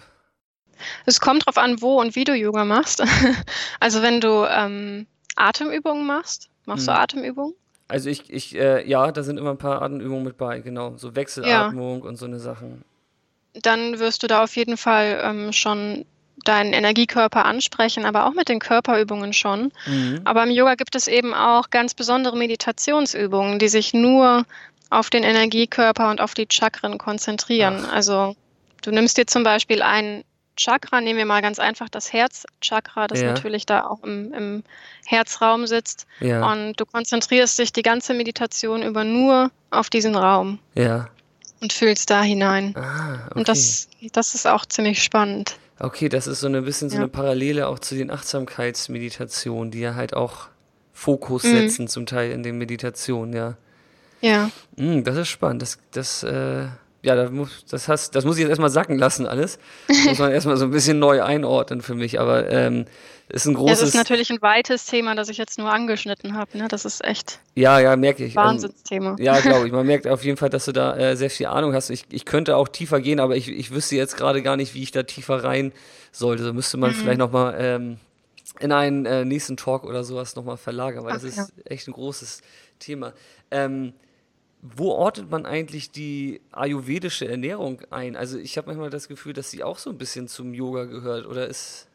Es kommt drauf an, wo und wie du Yoga machst. Also wenn du Atemübungen machst du Atemübungen? Also da sind immer ein paar Atemübungen mit bei, genau. So Wechselatmung und so eine Sachen. Dann wirst du da auf jeden Fall schon deinen Energiekörper ansprechen, aber auch mit den Körperübungen schon. Aber im Yoga gibt es eben auch ganz besondere Meditationsübungen, die sich nur auf den Energiekörper und auf die Chakren konzentrieren. Also du nimmst dir zum Beispiel ein Chakra, nehmen wir mal ganz einfach das Herzchakra, das natürlich da auch im Herzraum sitzt. Und du konzentrierst dich die ganze Meditation über nur auf diesen Raum. Und fühlst da hinein. Okay. Und das ist auch ziemlich spannend. Okay, das ist so ein bisschen so eine Parallele auch zu den Achtsamkeitsmeditationen, die ja halt auch Fokus setzen zum Teil in den Meditationen, Ja. Das ist spannend. Das muss ich jetzt erstmal sacken lassen alles. Das muss man erstmal so ein bisschen neu einordnen für mich, aber ist ein großes... Es ist natürlich ein weites Thema, das ich jetzt nur angeschnitten habe, ne? Das ist echt merke ich. Wahnsinnsthema. Glaube ich. Man merkt auf jeden Fall, dass du da sehr viel Ahnung hast. Ich könnte auch tiefer gehen, aber ich wüsste jetzt gerade gar nicht, wie ich da tiefer rein sollte. So müsste man vielleicht nochmal in einen nächsten Talk oder sowas nochmal verlagern, weil das ist echt ein großes Thema. Wo ortet man eigentlich die ayurvedische Ernährung ein? Also ich habe manchmal das Gefühl, dass sie auch so ein bisschen zum Yoga gehört, oder ist...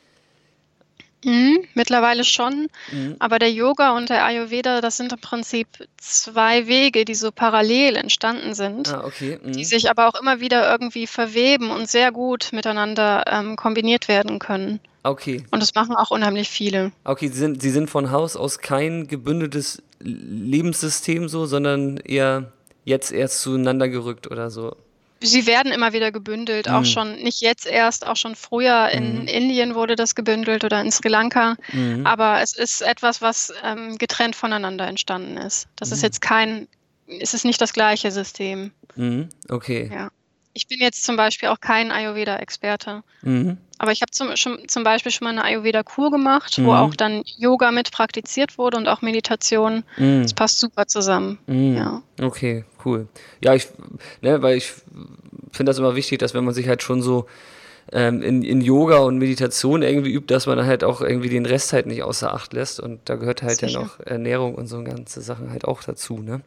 Mittlerweile schon, aber der Yoga und der Ayurveda, das sind im Prinzip 2 Wege, die so parallel entstanden sind, die sich aber auch immer wieder irgendwie verweben und sehr gut miteinander kombiniert werden können. Okay. Und das machen auch unheimlich viele. Okay, sie sind von Haus aus kein gebündeltes Lebenssystem so, sondern eher jetzt erst zueinander gerückt oder so. Sie werden immer wieder gebündelt, auch schon, nicht jetzt erst, auch schon früher in Indien wurde das gebündelt oder in Sri Lanka. Aber es ist etwas, was getrennt voneinander entstanden ist. Das ist jetzt es ist nicht das gleiche System. Okay. Ja. Ich bin jetzt zum Beispiel auch kein Ayurveda-Experte. Aber ich habe zum Beispiel schon mal eine Ayurveda-Kur gemacht, wo auch dann Yoga mit praktiziert wurde und auch Meditation. Das passt super zusammen. Ja. Okay, cool. Ja, weil ich finde das immer wichtig, dass wenn man sich halt schon so in Yoga und Meditation irgendwie übt, dass man dann halt auch irgendwie den Rest halt nicht außer Acht lässt. Und da gehört halt Sicher. ja noch Ernährung und so ganze Sachen halt auch dazu, ne?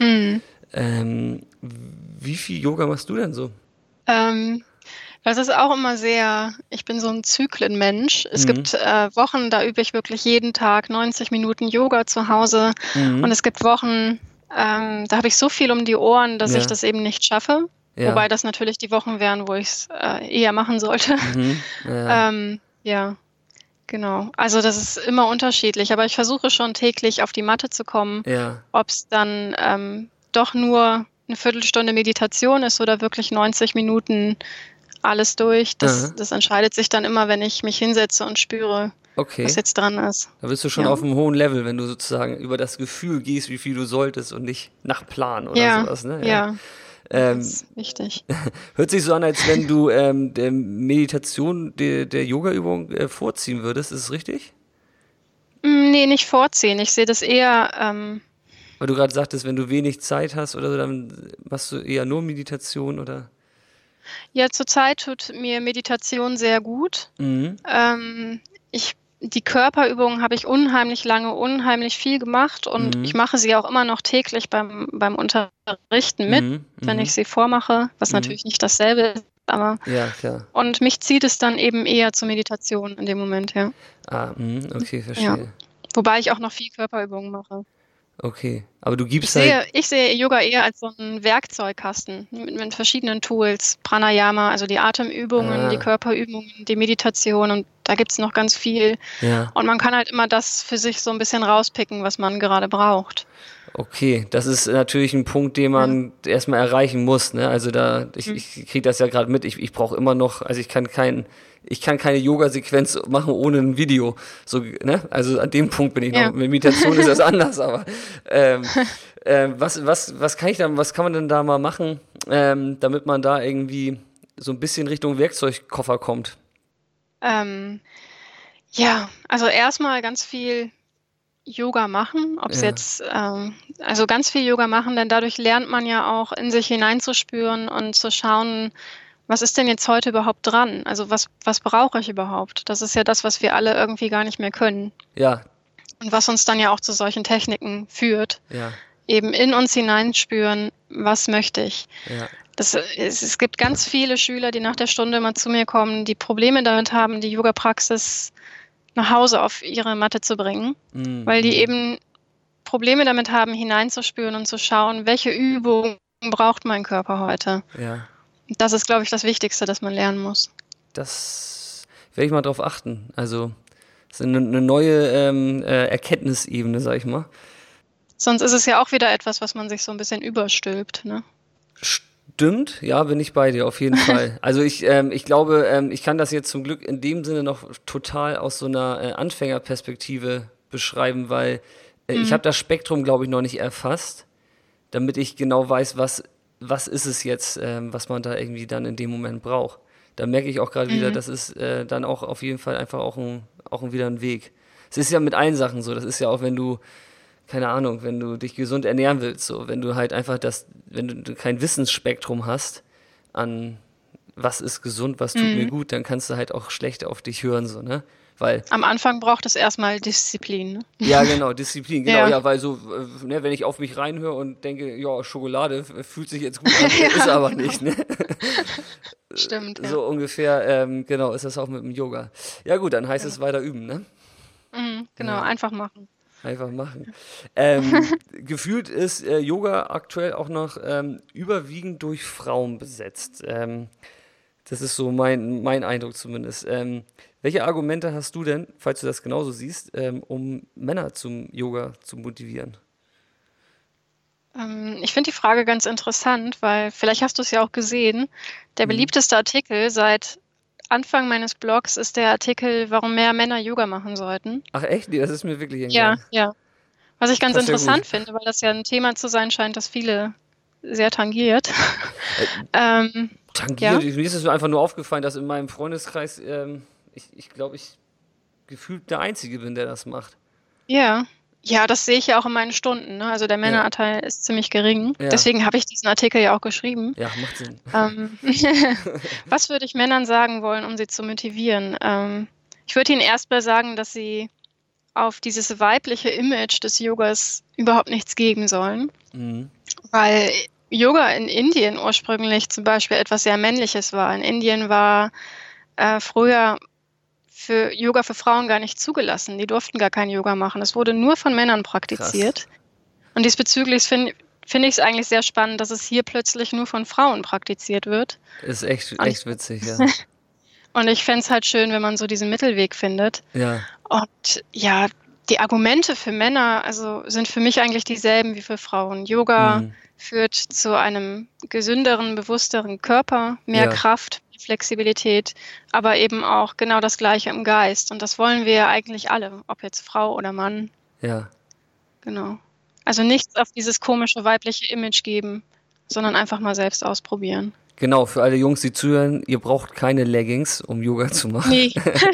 Wie viel Yoga machst du denn so? Das ist auch immer ich bin so ein Zyklenmensch. Es gibt Wochen, da übe ich wirklich jeden Tag 90 Minuten Yoga zu Hause. Und es gibt Wochen, da habe ich so viel um die Ohren, dass ich das eben nicht schaffe. Ja. Wobei das natürlich die Wochen wären, wo ich es eher machen sollte. Ja. Ja, genau. Also das ist immer unterschiedlich, aber ich versuche schon täglich auf die Matte zu kommen. Ja. Ob es dann doch nur eine Viertelstunde Meditation ist oder wirklich 90 Minuten alles durch. Das entscheidet sich dann immer, wenn ich mich hinsetze und spüre, was jetzt dran ist. Da bist du schon auf einem hohen Level, wenn du sozusagen über das Gefühl gehst, wie viel du solltest und nicht nach Plan oder sowas, ne? Ja. Das ist wichtig. Hört sich so an, als wenn du der Meditation der Yoga-Übung vorziehen würdest. Ist es richtig? Nee, nicht vorziehen. Ich sehe das eher. Weil du gerade sagtest, wenn du wenig Zeit hast oder so, dann machst du eher nur Meditation oder? Ja, zurzeit tut mir Meditation sehr gut. Die Körperübungen habe ich unheimlich lange, unheimlich viel gemacht und ich mache sie auch immer noch täglich beim Unterrichten mit, wenn ich sie vormache, was natürlich nicht dasselbe ist, aber ja, klar. Und mich zieht es dann eben eher zur Meditation in dem Moment, ja. Okay, verstehe. Ja. Wobei ich auch noch viel Körperübungen mache. Okay, aber du gibst Ich sehe Yoga eher als so einen Werkzeugkasten mit verschiedenen Tools. Pranayama, also die Atemübungen, die Körperübungen, die Meditation und da gibt es noch ganz viel. Ja. Und man kann halt immer das für sich so ein bisschen rauspicken, was man gerade braucht. Okay, das ist natürlich ein Punkt, den man erstmal erreichen muss, ne? Also ich kriege das ja gerade mit, ich brauche immer noch, also ich kann keine Yoga-Sequenz machen ohne ein Video. So, ne? Also an dem Punkt bin ich noch. Mit Meditation ist das anders, aber was kann man denn da mal machen, damit man da irgendwie so ein bisschen Richtung Werkzeugkoffer kommt? Ja, also erstmal ganz viel Yoga machen, also ganz viel Yoga machen, denn dadurch lernt man ja auch in sich hineinzuspüren und zu schauen, was ist denn jetzt heute überhaupt dran? Also was brauche ich überhaupt? Das ist ja das, was wir alle irgendwie gar nicht mehr können. Ja. Und was uns dann ja auch zu solchen Techniken führt. Ja. Eben in uns hineinspüren, was möchte ich? Ja. Es gibt ganz viele Schüler, die nach der Stunde mal zu mir kommen, die Probleme damit haben, die Yoga-Praxis nach Hause auf ihre Matte zu bringen, weil die eben Probleme damit haben, hineinzuspüren und zu schauen, welche Übungen braucht mein Körper heute. Ja. Das ist, glaube ich, das Wichtigste, das man lernen muss. Das werde ich mal drauf achten. Also das ist eine neue Erkenntnisebene, sag ich mal. Sonst ist es ja auch wieder etwas, was man sich so ein bisschen überstülpt, ne? Stimmt, ja, bin ich bei dir, auf jeden Fall. Also ich glaube, ich kann das jetzt zum Glück in dem Sinne noch total aus so einer Anfängerperspektive beschreiben, weil ich habe das Spektrum, glaube ich, noch nicht erfasst, damit ich genau weiß, was ist es jetzt, was man da irgendwie dann in dem Moment braucht. Da merke ich auch gerade wieder, das ist dann auch auf jeden Fall einfach auch wieder ein Weg. Es ist ja mit allen Sachen so, das ist ja auch, wenn du keine Ahnung, wenn du dich gesund ernähren willst, so, wenn du halt einfach wenn du kein Wissensspektrum hast an was ist gesund, was tut mir gut, dann kannst du halt auch schlecht auf dich hören, so, ne? Weil am Anfang braucht es erstmal Disziplin, ne? Ja, genau, Disziplin, genau, ja, weil so, ne, wenn ich auf mich reinhöre und denke, ja, Schokolade fühlt sich jetzt gut an, ist aber nicht, ne? Stimmt, ja. So ungefähr, genau, ist das auch mit dem Yoga. Ja gut, dann heißt es weiter üben, ne? Genau, einfach machen. Einfach machen. Gefühlt ist Yoga aktuell auch noch überwiegend durch Frauen besetzt. Das ist so mein Eindruck zumindest. Welche Argumente hast du denn, falls du das genauso siehst, um Männer zum Yoga zu motivieren? Ich finde die Frage ganz interessant, weil vielleicht hast du es ja auch gesehen. Der beliebteste Artikel seit Anfang meines Blogs ist der Artikel, warum mehr Männer Yoga machen sollten. Ach echt? Nee, das ist mir wirklich Ja, entgangen. ja. Was ich ganz Passt ja gut. interessant finde, weil das ja ein Thema zu sein scheint, das viele sehr tangiert. Tangiert. Ja, Mir ist es einfach nur aufgefallen, dass in meinem Freundeskreis, ich glaube, ich gefühlt der Einzige bin, der das macht. ja. Ja, das sehe ich ja auch in meinen Stunden. Ne? Also der Ja, Männeranteil ist ziemlich gering. ja, Deswegen habe ich diesen Artikel ja auch geschrieben. ja, macht Sinn. Ähm, was würde ich Männern sagen wollen, um sie zu motivieren? Ich würde ihnen erstmal sagen, dass sie auf dieses weibliche Image des Yogas überhaupt nichts geben sollen, Mhm. weil Yoga in Indien ursprünglich zum Beispiel etwas sehr Männliches war. In Indien war früher für Yoga für Frauen gar nicht zugelassen. Die durften gar kein Yoga machen. Es wurde nur von Männern Krass. praktiziert. Und diesbezüglich finde ich es eigentlich sehr spannend, dass es hier plötzlich nur von Frauen praktiziert wird. Ist echt, Und ich, echt witzig, ja. und ich fände es halt schön, wenn man so diesen Mittelweg findet. Ja. Und ja, die Argumente für Männer sind für mich eigentlich dieselben wie für Frauen. Yoga Mhm. führt zu einem gesünderen, bewussteren Körper, mehr Ja, Kraft, Flexibilität, aber eben auch genau das Gleiche im Geist. Und das wollen wir ja eigentlich alle, ob jetzt Frau oder Mann. ja. Genau. Also nichts auf dieses komische weibliche Image geben, sondern einfach mal selbst ausprobieren. Genau, für alle Jungs, die zuhören, ihr braucht keine Leggings, um Yoga zu machen. Nee.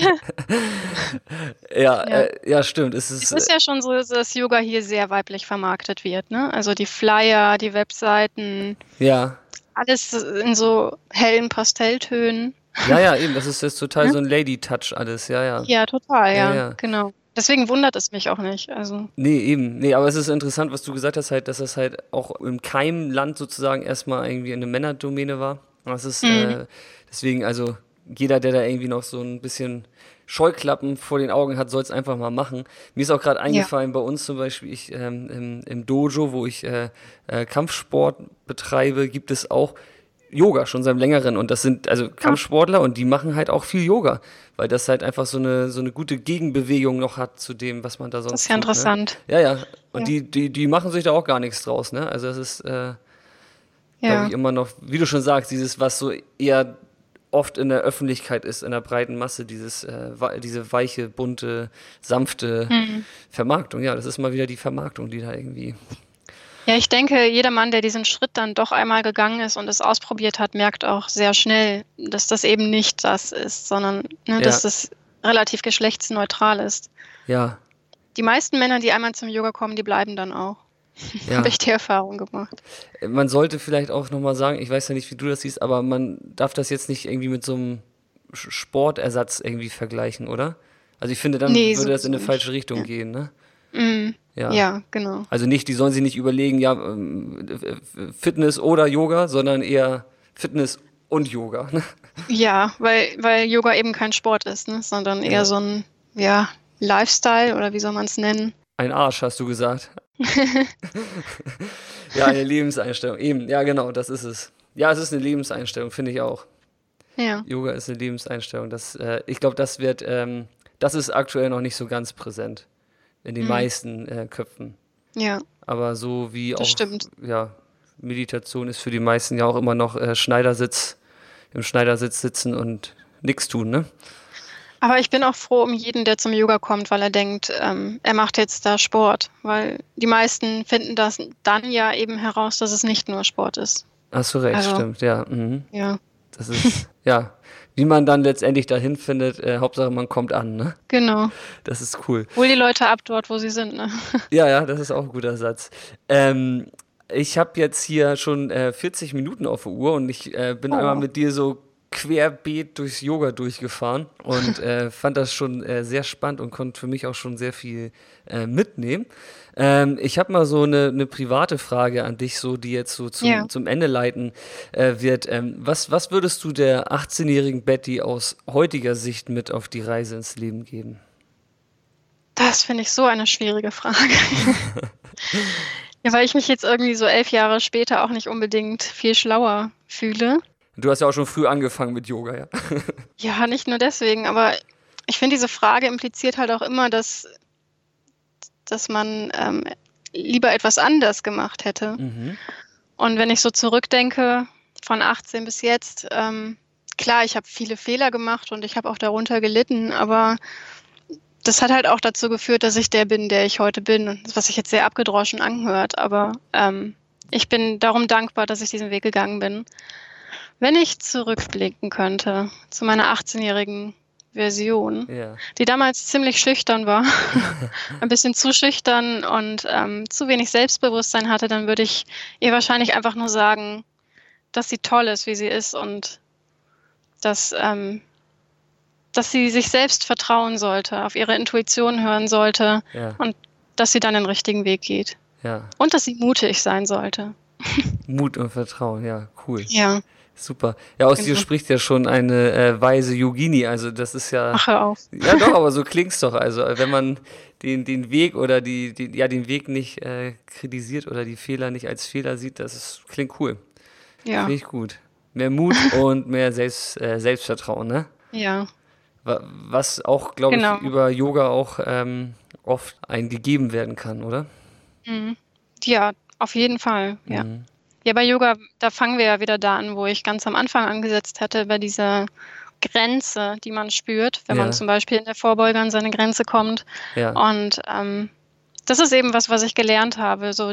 Ja, Ja. ja, stimmt. Es Es ist, ist ja schon so, dass Yoga hier sehr weiblich vermarktet wird, ne? Also die Flyer, die Webseiten, ja. alles in so hellen Pastelltönen. Ja, ja, eben, das ist total Ne? so ein Lady-Touch alles, ja, ja. Ja, total, Ja, ja, ja. genau. Deswegen wundert es mich auch nicht. Also, Nee, eben. Nee, aber es ist interessant, was du gesagt hast, halt, dass das halt auch im Keimland sozusagen erstmal irgendwie eine Männerdomäne war. Das ist mm, deswegen, also jeder, der da irgendwie noch so ein bisschen Scheuklappen vor den Augen hat, soll es einfach mal machen. Mir ist auch gerade ja. eingefallen, bei uns zum Beispiel, im Dojo, wo ich Kampfsport betreibe, gibt es auch Yoga schon seit längerem. Und das sind also Ah, Kampfsportler und die machen halt auch viel Yoga, weil das halt einfach so eine gute Gegenbewegung noch hat zu dem, was man da das sonst ist ja tut, ne? interessant. Ja, ja. Und Ja, die machen sich da auch gar nichts draus, ne? Also das ist, glaube ich, ja. immer noch, wie du schon sagst, dieses, was so eher oft in der Öffentlichkeit ist, in der breiten Masse, diese weiche, bunte, sanfte Mm. Vermarktung. Ja, das ist mal wieder die Vermarktung, die da irgendwie. Ja, ich denke, jeder Mann, der diesen Schritt dann doch einmal gegangen ist und es ausprobiert hat, merkt auch sehr schnell, dass das eben nicht das ist, sondern ne, dass Ja, das relativ geschlechtsneutral ist. ja, Die meisten Männer, die einmal zum Yoga kommen, die bleiben dann auch. Habe ja. ich die Erfahrung gemacht. Man sollte vielleicht auch nochmal sagen, ich weiß ja nicht, wie du das siehst, aber man darf das jetzt nicht irgendwie mit so einem Sportersatz irgendwie vergleichen, oder? Also ich finde, dann Nee, würde das in sowieso eine falsche nicht. Richtung Ja, gehen, ne? mm, Ja. ja genau. Also nicht, die sollen sich nicht überlegen, ja, Fitness oder Yoga, sondern eher Fitness und Yoga. Ne? Ja, weil Yoga eben kein Sport ist, ne, sondern eher Ja. so ein ja, Lifestyle oder wie soll man es nennen? Ein Arsch, hast du gesagt. Ja, eine Lebenseinstellung. Eben, ja, genau, das ist es. Ja, es ist eine Lebenseinstellung, finde ich auch. Ja. Yoga ist eine Lebenseinstellung. Ich glaube, das ist aktuell noch nicht so ganz präsent in den Mm, meisten Köpfen. ja, Aber so wie das auch, stimmt. ja, Meditation ist für die meisten ja auch immer noch im Schneidersitz sitzen und nichts tun, ne? Aber ich bin auch froh um jeden, der zum Yoga kommt, weil er denkt, er macht jetzt da Sport. Weil die meisten finden das dann ja eben heraus, dass es nicht nur Sport ist. Hast du recht, Also, stimmt, ja. Mhm. ja, Das ist, ja, wie man dann letztendlich dahin findet, Hauptsache man kommt an, ne? genau. Das ist cool. Hol die Leute ab dort, wo sie sind, ne? Ja, ja, das ist auch ein guter Satz. Ich habe jetzt hier schon 40 Minuten auf der Uhr und ich bin einmal Oh, mit dir so querbeet durchs Yoga durchgefahren und fand das schon sehr spannend und konnte für mich auch schon sehr viel mitnehmen. Ich habe mal so eine private Frage an dich, so die jetzt so ja. zum Ende leiten wird. Was würdest du der 18-jährigen Betty aus heutiger Sicht mit auf die Reise ins Leben geben? Das finde ich so eine schwierige Frage. Ja, weil ich mich jetzt irgendwie so 11 Jahre später auch nicht unbedingt viel schlauer fühle. Du hast ja auch schon früh angefangen mit Yoga, ja. Ja, nicht nur deswegen, aber ich finde, diese Frage impliziert halt auch immer, dass man lieber etwas anders gemacht hätte. Und wenn ich so zurückdenke, von 18 bis jetzt, klar, ich habe viele Fehler gemacht und ich habe auch darunter gelitten, aber das hat halt auch dazu geführt, dass ich der bin, der ich heute bin, was sich jetzt sehr abgedroschen anhört, aber ich bin darum dankbar, dass ich diesen Weg gegangen bin. Wenn ich zurückblicken könnte zu meiner 18-jährigen Version, die damals ziemlich schüchtern war, ein bisschen zu schüchtern und zu wenig Selbstbewusstsein hatte, dann würde ich ihr wahrscheinlich einfach nur sagen, dass sie toll ist, wie sie ist und dass sie sich selbst vertrauen sollte, auf ihre Intuition hören sollte und dass sie dann den richtigen Weg geht. Ja. Und dass sie mutig sein sollte. Mut und Vertrauen, ja, cool. Ja. Super. Ja, aus dir spricht ja schon eine weise Yogini, also das ist ja... Ach, hör auf. Ja doch, aber so klingt's doch. Also wenn man den Weg oder den Weg nicht kritisiert oder die Fehler nicht als Fehler sieht, klingt cool. Ja. Finde ich gut. Mehr Mut und mehr Selbstvertrauen, ne? Ja. Was auch, glaube ich, über Yoga auch oft einem gegeben werden kann, oder? Ja, auf jeden Fall, ja. Ja, bei Yoga, da fangen wir ja wieder da an, wo ich ganz am Anfang angesetzt hatte, bei dieser Grenze, die man spürt, wenn man zum Beispiel in der Vorbeuge an seine Grenze kommt. Ja. Und das ist eben was ich gelernt habe, so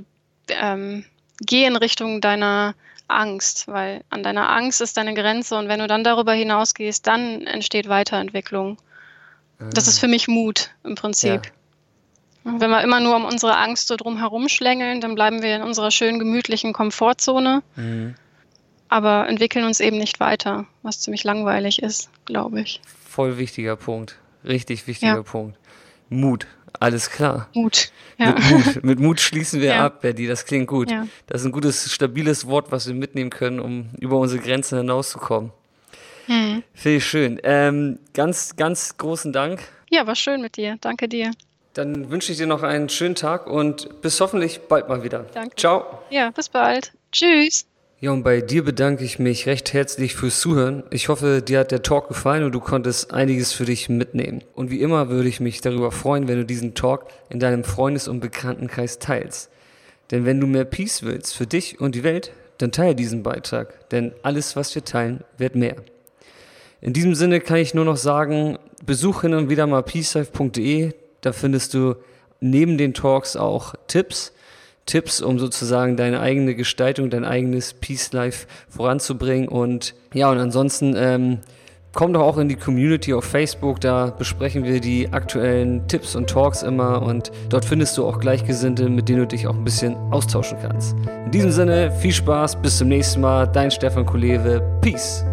geh in Richtung deiner Angst, weil an deiner Angst ist deine Grenze und wenn du dann darüber hinausgehst, dann entsteht Weiterentwicklung. Das ist für mich Mut im Prinzip. Ja. Wenn wir immer nur um unsere Angst so drum herum schlängeln, dann bleiben wir in unserer schönen, gemütlichen Komfortzone, aber entwickeln uns eben nicht weiter, was ziemlich langweilig ist, glaube ich. Voll wichtiger Punkt. Richtig wichtiger Punkt. Mut. Alles klar. Mut. Ja. Mit Mut schließen wir ab, Betty. Das klingt gut. Ja. Das ist ein gutes, stabiles Wort, was wir mitnehmen können, um über unsere Grenzen hinauszukommen. Finde ich schön. Ganz, ganz großen Dank. Ja, war schön mit dir. Danke dir. Dann wünsche ich dir noch einen schönen Tag und bis hoffentlich bald mal wieder. Danke. Ciao. Ja, bis bald. Tschüss. Ja, und bei dir bedanke ich mich recht herzlich fürs Zuhören. Ich hoffe, dir hat der Talk gefallen und du konntest einiges für dich mitnehmen. Und wie immer würde ich mich darüber freuen, wenn du diesen Talk in deinem Freundes- und Bekanntenkreis teilst. Denn wenn du mehr Peace willst für dich und die Welt, dann teile diesen Beitrag. Denn alles, was wir teilen, wird mehr. In diesem Sinne kann ich nur noch sagen, besuch hin und wieder mal peacelife.de. Da findest du neben den Talks auch Tipps, um sozusagen deine eigene Gestaltung, dein eigenes Peace Life voranzubringen. Und ja, und ansonsten komm doch auch in die Community auf Facebook, da besprechen wir die aktuellen Tipps und Talks immer und dort findest du auch Gleichgesinnte, mit denen du dich auch ein bisschen austauschen kannst. In diesem Sinne, viel Spaß, bis zum nächsten Mal, dein Stefan Kulewe, Peace!